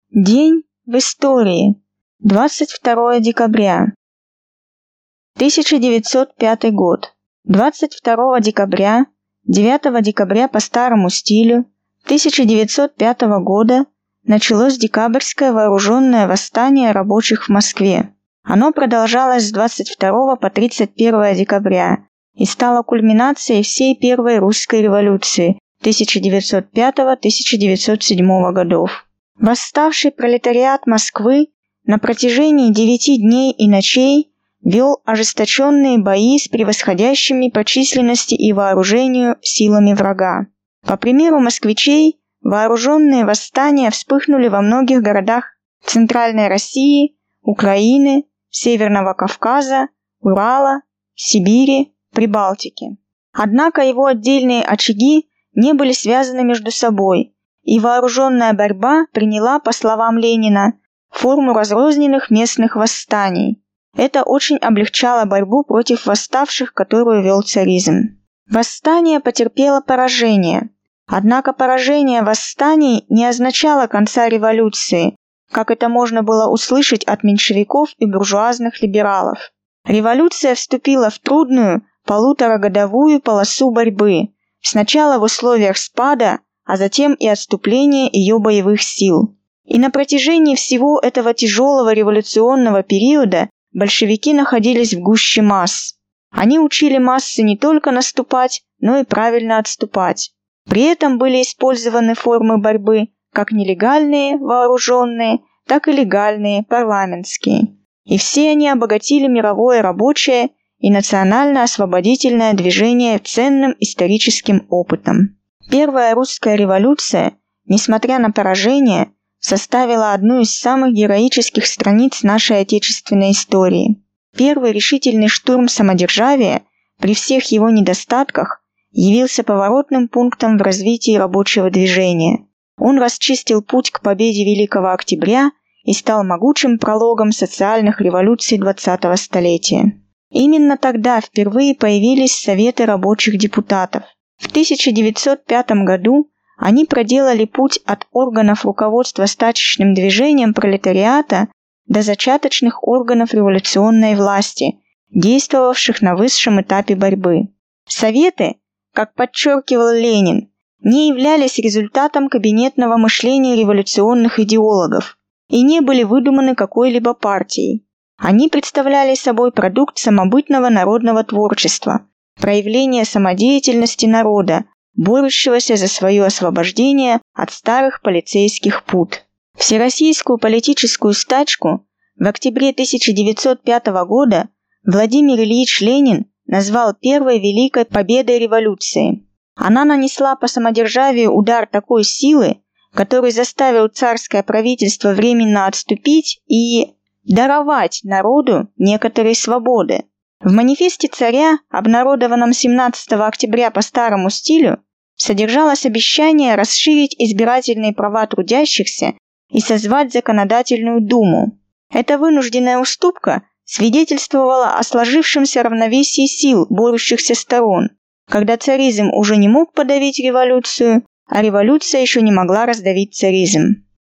День в истории. 22 декабря. 1905 год. 22 декабря, 9 декабря по старому стилю 1905 года началось декабрьское вооруженное восстание рабочих в Москве. Оно продолжалось с 22 по 31 декабря и стало кульминацией всей Первой русской революции 1905-1907 годов. Восставший пролетариат Москвы на протяжении 9 дней и ночей вел ожесточенные бои с превосходящими по численности и вооружению силами врага. По примеру москвичей, вооруженные восстания вспыхнули во многих городах Центральной России, Украины, Северного Кавказа, Урала, Сибири, Прибалтики. Однако его отдельные очаги не были связаны между собой, и вооруженная борьба приняла, по словам Ленина, форму разрозненных местных восстаний. Это очень облегчало борьбу против восставших, которую вел царизм. Восстание потерпело поражение. Однако поражение восстаний не означало конца революции, как это можно было услышать от меньшевиков и буржуазных либералов. Революция вступила в трудную, полуторагодовую полосу борьбы, сначала в условиях спада, а затем и отступления ее боевых сил. И на протяжении всего этого тяжелого революционного периода большевики находились в гуще масс. Они учили массы не только наступать, но и правильно отступать. При этом были использованы формы борьбы как нелегальные, вооруженные, так и легальные, парламентские. И все они обогатили мировое рабочее и национально-освободительное движение ценным историческим опытом. Первая русская революция, несмотря на поражение, составила одну из самых героических страниц нашей отечественной истории. Первый решительный штурм самодержавия, при всех его недостатках, явился поворотным пунктом в развитии рабочего движения. Он расчистил путь к победе Великого Октября и стал могучим прологом социальных революций 20-го столетия. Именно тогда впервые появились Советы рабочих депутатов. В 1905 году они проделали путь от органов руководства стачечным движением пролетариата до зачаточных органов революционной власти, действовавших на высшем этапе борьбы. Советы, как подчеркивал Ленин, не являлись результатом кабинетного мышления революционных идеологов и не были выдуманы какой-либо партией. Они представляли собой продукт самобытного народного творчества, проявление самодеятельности народа, борющегося за свое освобождение от старых полицейских пут. Всероссийскую политическую стачку в октябре 1905 года Владимир Ильич Ленин назвал первой великой победой революции. Она нанесла по самодержавию удар такой силы, который заставил царское правительство временно отступить и даровать народу некоторые свободы. В манифесте царя, обнародованном 17 октября по старому стилю, содержалось обещание расширить избирательные права трудящихся и созвать законодательную думу. Эта вынужденная уступка свидетельствовала о сложившемся равновесии сил борющихся сторон, когда царизм уже не мог подавить революцию, а революция еще не могла раздавить царизм.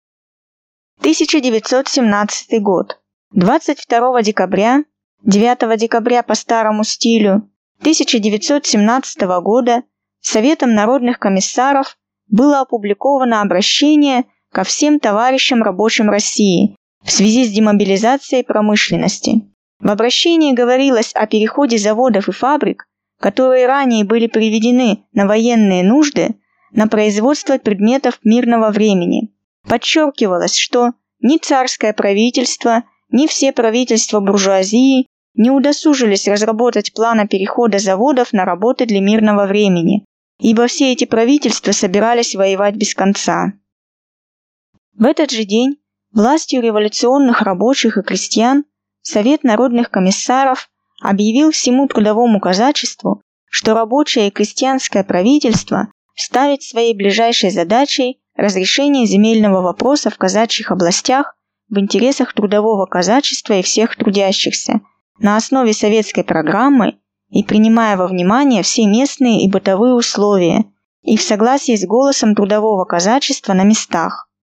1917 год. 22 декабря, 9 декабря по старому стилю 1917 года Советом народных комиссаров было опубликовано обращение ко всем товарищам рабочим России в связи с демобилизацией промышленности. В обращении говорилось о переходе заводов и фабрик, которые ранее были приведены на военные нужды, на производство предметов мирного времени. Подчеркивалось, что ни царское правительство, ни все правительства буржуазии не удосужились разработать плана перехода заводов на работы для мирного времени, ибо все эти правительства собирались воевать без конца. В этот же день властью революционных рабочих и крестьян Совет народных комиссаров объявил всему трудовому казачеству, что рабочее и крестьянское правительство ставит своей ближайшей задачей разрешение земельного вопроса в казачьих областях в интересах трудового казачества и всех трудящихся, на основе советской программы и принимая во внимание все местные и бытовые условия, и в согласии с голосом трудового казачества на местах.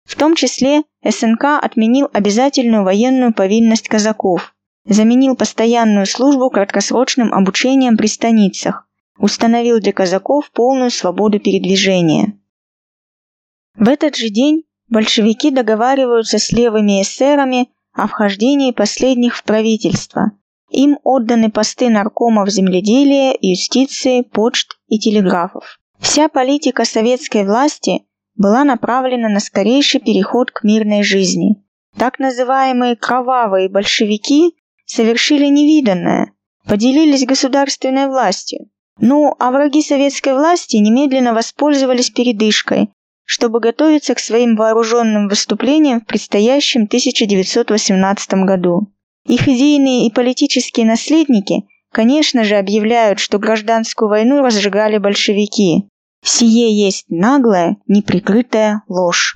В том числе СНК отменил обязательную военную повинность казаков, заменил постоянную службу краткосрочным обучением при станицах, установил для казаков полную свободу передвижения. В этот же день большевики договариваются с левыми эсерами о вхождении последних в правительство. Им отданы посты наркомов земледелия, юстиции, почт и телеграфов. Вся политика советской власти была направлена на скорейший переход к мирной жизни. Так называемые «кровавые большевики» совершили невиданное, поделились государственной властью. А враги советской власти немедленно воспользовались передышкой, чтобы готовиться к своим вооруженным выступлениям в предстоящем 1918 году. Их идейные и политические наследники, конечно же, объявляют, что гражданскую войну разжигали большевики. Сие есть наглая, неприкрытая ложь.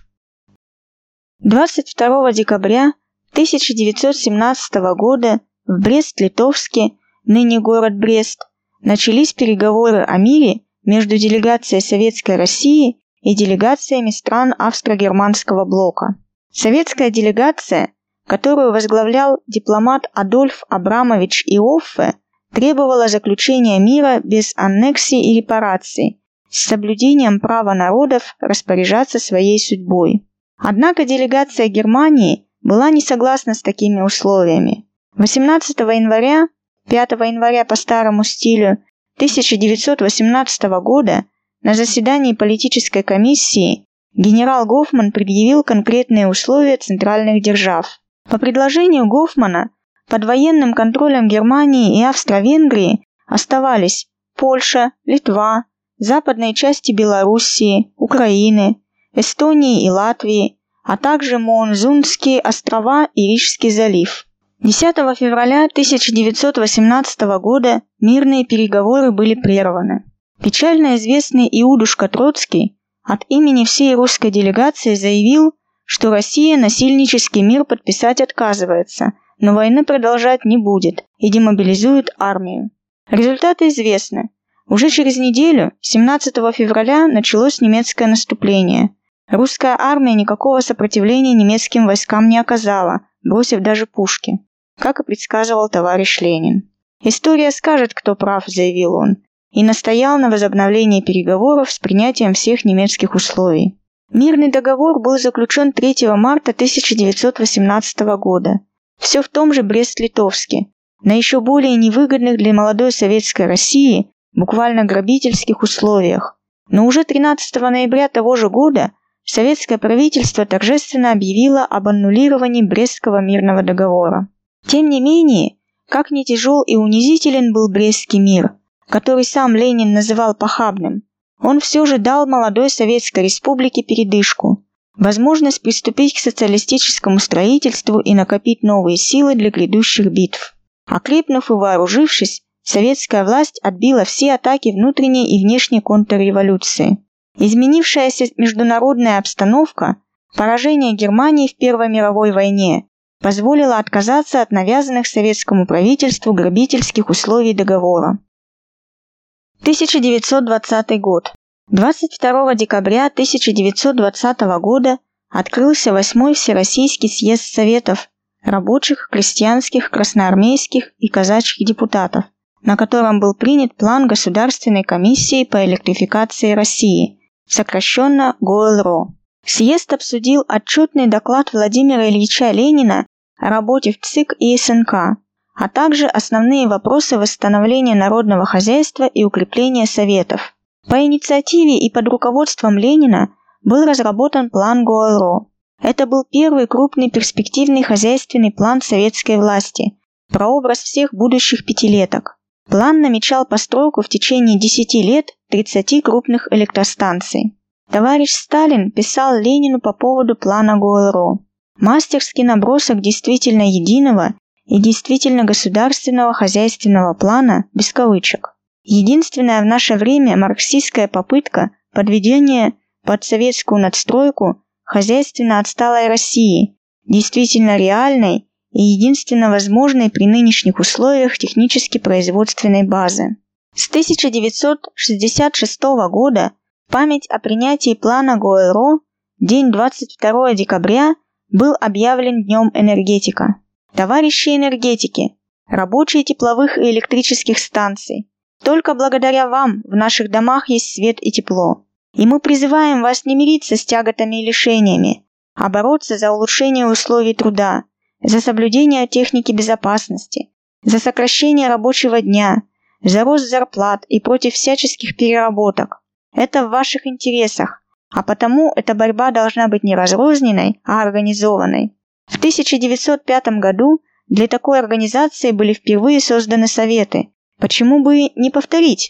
22 декабря 1917 года в Брест-Литовске, ныне город Брест, начались переговоры о мире между делегацией Советской России и делегациями стран Австро-Германского блока. Советская делегация, которую возглавлял дипломат Адольф Абрамович Иоффе, требовала заключения мира без аннексий и репараций, с соблюдением права народов распоряжаться своей судьбой. Однако делегация Германии была не согласна с такими условиями. 18 января, 5 января по старому стилю 1918 года на заседании политической комиссии генерал Гофман предъявил конкретные условия центральных держав. По предложению Гофмана под военным контролем Германии и Австро-Венгрии оставались Польша, Литва, западные части Белоруссии, Украины, Эстонии и Латвии, а также Моонзундские острова и Рижский залив. 10 февраля 1918 года мирные переговоры были прерваны. Печально известный Иудушка Троцкий от имени всей русской делегации заявил, что Россия насильнический мир подписать отказывается, но войны продолжать не будет и демобилизует армию. Результаты известны. Уже через неделю, 17 февраля, началось немецкое наступление. Русская армия никакого сопротивления немецким войскам не оказала, бросив даже пушки, как и предсказывал товарищ Ленин. «История скажет, кто прав», — заявил он, и настоял на возобновлении переговоров с принятием всех немецких условий. Мирный договор был заключен 3 марта 1918 года. Все в том же Брест-Литовске, на еще более невыгодных для молодой советской России, буквально грабительских условиях. Но уже 13 ноября того же года советское правительство торжественно объявило об аннулировании Брестского мирного договора. Тем не менее, как ни тяжел и унизителен был Брестский мир, который сам Ленин называл похабным, он все же дал молодой Советской Республике передышку, возможность приступить к социалистическому строительству и накопить новые силы для грядущих битв. Окрепнув и вооружившись, советская власть отбила все атаки внутренней и внешней контрреволюции. Изменившаяся международная обстановка, поражение Германии в Первой мировой войне позволило отказаться от навязанных советскому правительству грабительских условий договора. 1920 год. 22 декабря 1920 года открылся 8-й Всероссийский съезд Советов рабочих, крестьянских, красноармейских и казачьих депутатов, на котором был принят план Государственной комиссии по электрификации России, сокращенно ГОЭЛРО. Съезд обсудил отчетный доклад Владимира Ильича Ленина о работе в ЦИК и СНК, а также основные вопросы восстановления народного хозяйства и укрепления Советов. По инициативе и под руководством Ленина был разработан план ГОЭЛРО. Это был первый крупный перспективный хозяйственный план советской власти, прообраз всех будущих пятилеток. План намечал постройку в течение 10 лет 30 крупных электростанций. Товарищ Сталин писал Ленину по поводу плана ГОЭЛРО. Мастерский набросок действительно единого и действительно государственного хозяйственного плана без кавычек. Единственная в наше время марксистская попытка подведения под советскую надстройку хозяйственно отсталой России, действительно реальной и единственно возможной при нынешних условиях технически-производственной базы. С 1966 года память о принятии плана ГОЭЛРО день 22 декабря был объявлен Днем энергетика. Товарищи энергетики, рабочие тепловых и электрических станций, только благодаря вам в наших домах есть свет и тепло. И мы призываем вас не мириться с тяготами и лишениями, а бороться за улучшение условий труда, за соблюдение техники безопасности, за сокращение рабочего дня, за рост зарплат и против всяческих переработок. Это в ваших интересах, а потому эта борьба должна быть не разрозненной, а организованной. В 1905 году для такой организации были впервые созданы советы. Почему бы не повторить?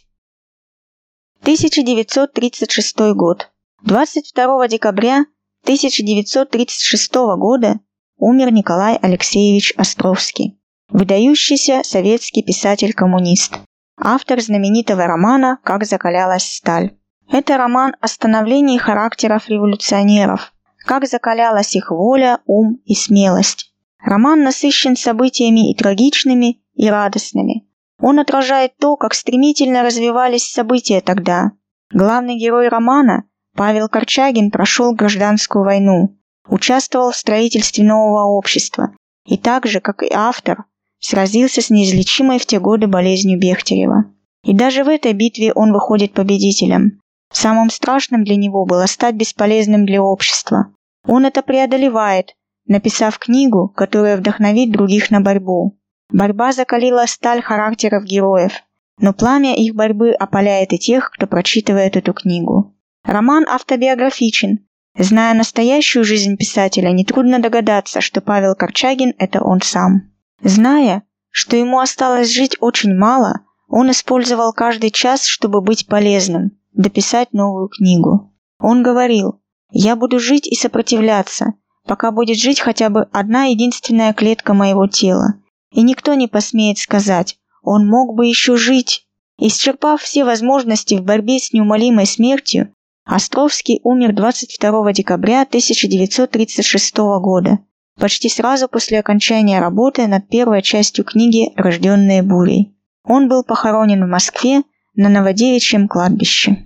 1936 год. 22 декабря 1936 года умер Николай Алексеевич Островский, выдающийся советский писатель-коммунист, автор знаменитого романа «Как закалялась сталь». Это роман о становлении характеров революционеров, как закалялась их воля, ум и смелость. Роман насыщен событиями и трагичными, и радостными. Он отражает то, как стремительно развивались события тогда. Главный герой романа, Павел Корчагин, прошел гражданскую войну, участвовал в строительстве нового общества и так же, как и автор, сразился с неизлечимой в те годы болезнью Бехтерева. И даже в этой битве он выходит победителем. Самым страшным для него было стать бесполезным для общества. Он это преодолевает, написав книгу, которая вдохновит других на борьбу. Борьба закалила сталь характеров героев, но пламя их борьбы опаляет и тех, кто прочитывает эту книгу. Роман автобиографичен. Зная настоящую жизнь писателя, нетрудно догадаться, что Павел Корчагин – это он сам. Зная, что ему осталось жить очень мало, он использовал каждый час, чтобы быть полезным, дописать новую книгу. Он говорил: «Я буду жить и сопротивляться, пока будет жить хотя бы одна единственная клетка моего тела. И никто не посмеет сказать: он мог бы еще жить». Исчерпав все возможности в борьбе с неумолимой смертью, Островский умер 22 декабря 1936 года, почти сразу после окончания работы над первой частью книги «Рожденные бурей». Он был похоронен в Москве на Новодевичьем кладбище.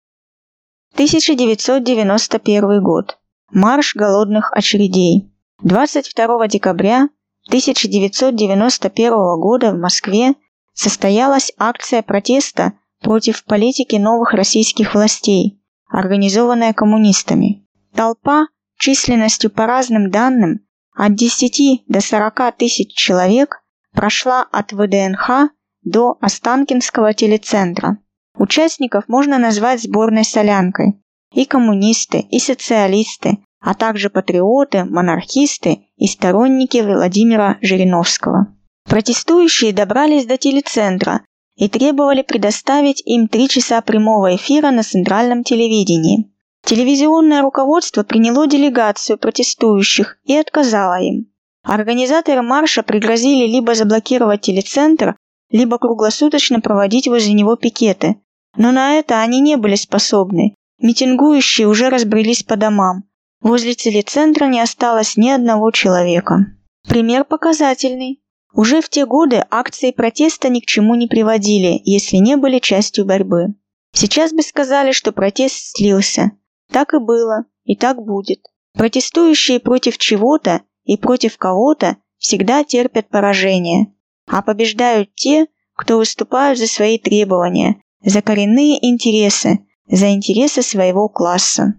1991 год. Марш голодных очередей. 22 декабря 1991 года в Москве состоялась акция протеста против политики новых российских властей, организованная коммунистами. Толпа численностью по разным данным от 10 до 40 тысяч человек прошла от ВДНХ до Останкинского телецентра. Участников можно назвать сборной солянкой. И коммунисты, и социалисты, а также патриоты, монархисты и сторонники Владимира Жириновского. Протестующие добрались до телецентра и требовали предоставить им 3 часа прямого эфира на центральном телевидении. Телевизионное руководство приняло делегацию протестующих и отказало им. Организаторы марша пригрозили либо заблокировать телецентр, либо круглосуточно проводить возле него пикеты. Но на это они не были способны. Митингующие уже разбрелись по домам. Возле телецентра не осталось ни одного человека. Пример показательный. Уже в те годы акции протеста ни к чему не приводили, если не были частью борьбы. Сейчас бы сказали, что протест слился. Так и было, и так будет. Протестующие против чего-то и против кого-то всегда терпят поражение. А побеждают те, кто выступают за свои требования, за коренные интересы, за интересы своего класса.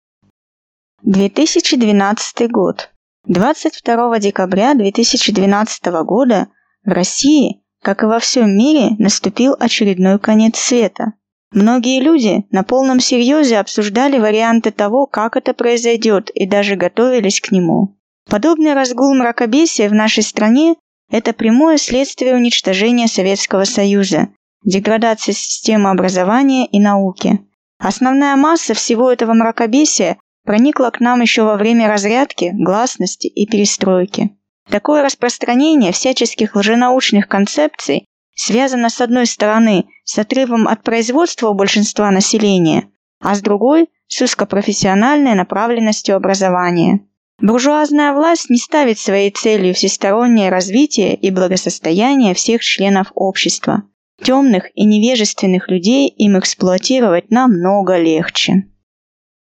2012 год. 22 декабря 2012 года в России, как и во всем мире, наступил очередной конец света. Многие люди на полном серьезе обсуждали варианты того, как это произойдет, и даже готовились к нему. Подобный разгул мракобесия в нашей стране – это прямое следствие уничтожения Советского Союза, деградации системы образования и науки. Основная масса всего этого мракобесия проникла к нам еще во время разрядки, гласности и перестройки. Такое распространение всяческих лженаучных концепций связано с одной стороны с отрывом от производства у большинства населения, а с другой – с узкопрофессиональной направленностью образования. Буржуазная власть не ставит своей целью всестороннее развитие и благосостояние всех членов общества. Темных и невежественных людей им эксплуатировать намного легче.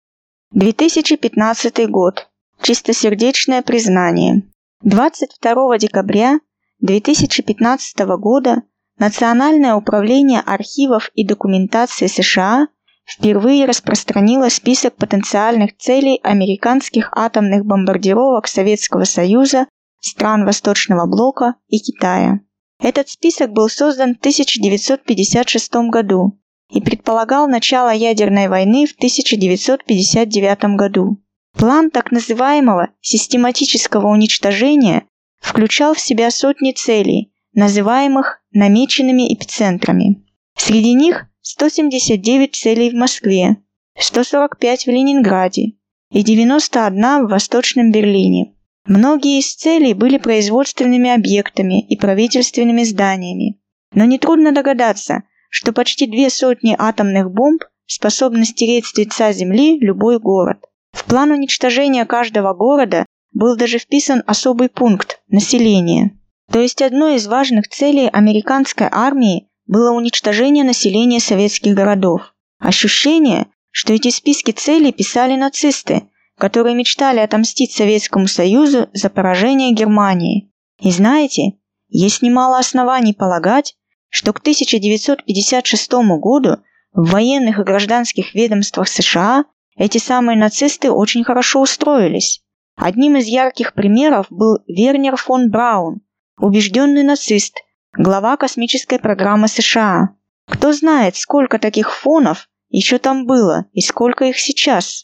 2015 год. Чистосердечное признание. 22 декабря 2015 года Национальное управление архивов и документации США впервые распространило список потенциальных целей американских атомных бомбардировок Советского Союза, стран Восточного Блока и Китая. Этот список был создан в 1956 году и предполагал начало ядерной войны в 1959 году. План так называемого систематического уничтожения включал в себя сотни целей, называемых намеченными эпицентрами. Среди них 179 целей в Москве, 145 в Ленинграде и 91 в Восточном Берлине. Многие из целей были производственными объектами и правительственными зданиями, но нетрудно догадаться, что почти 200 атомных бомб способны стереть с лица Земли любой город. В план уничтожения каждого города был даже вписан особый пункт – население. То есть одной из важных целей американской армии было уничтожение населения советских городов. Ощущение, что эти списки целей писали нацисты, которые мечтали отомстить Советскому Союзу за поражение Германии. И знаете, есть немало оснований полагать, что к 1956 году в военных и гражданских ведомствах США эти самые нацисты очень хорошо устроились. Одним из ярких примеров был Вернер фон Браун, убежденный нацист, глава космической программы США. Кто знает, сколько таких фонов еще там было и сколько их сейчас.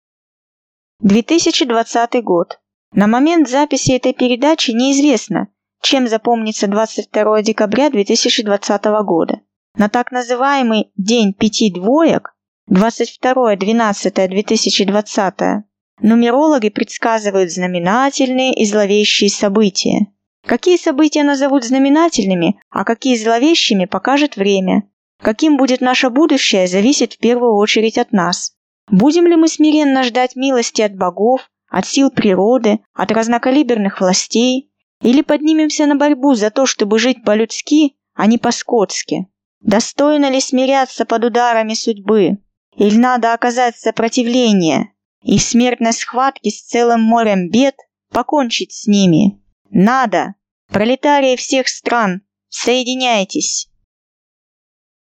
2020 год. На момент записи этой передачи неизвестно, чем запомнится 22 декабря 2020 года. На так называемый «День пяти двоек» 22.12.2020 нумерологи предсказывают знаменательные и зловещие события. Какие события назовут знаменательными, а какие зловещими, покажет время. Каким будет наше будущее, зависит в первую очередь от нас. Будем ли мы смиренно ждать милости от богов, от сил природы, от разнокалиберных властей? Или поднимемся на борьбу за то, чтобы жить по-людски, а не по-скотски? Достойно ли смиряться под ударами судьбы? Или надо оказать сопротивление и в смертной схватке с целым морем бед покончить с ними? Надо! Пролетарии всех стран, соединяйтесь!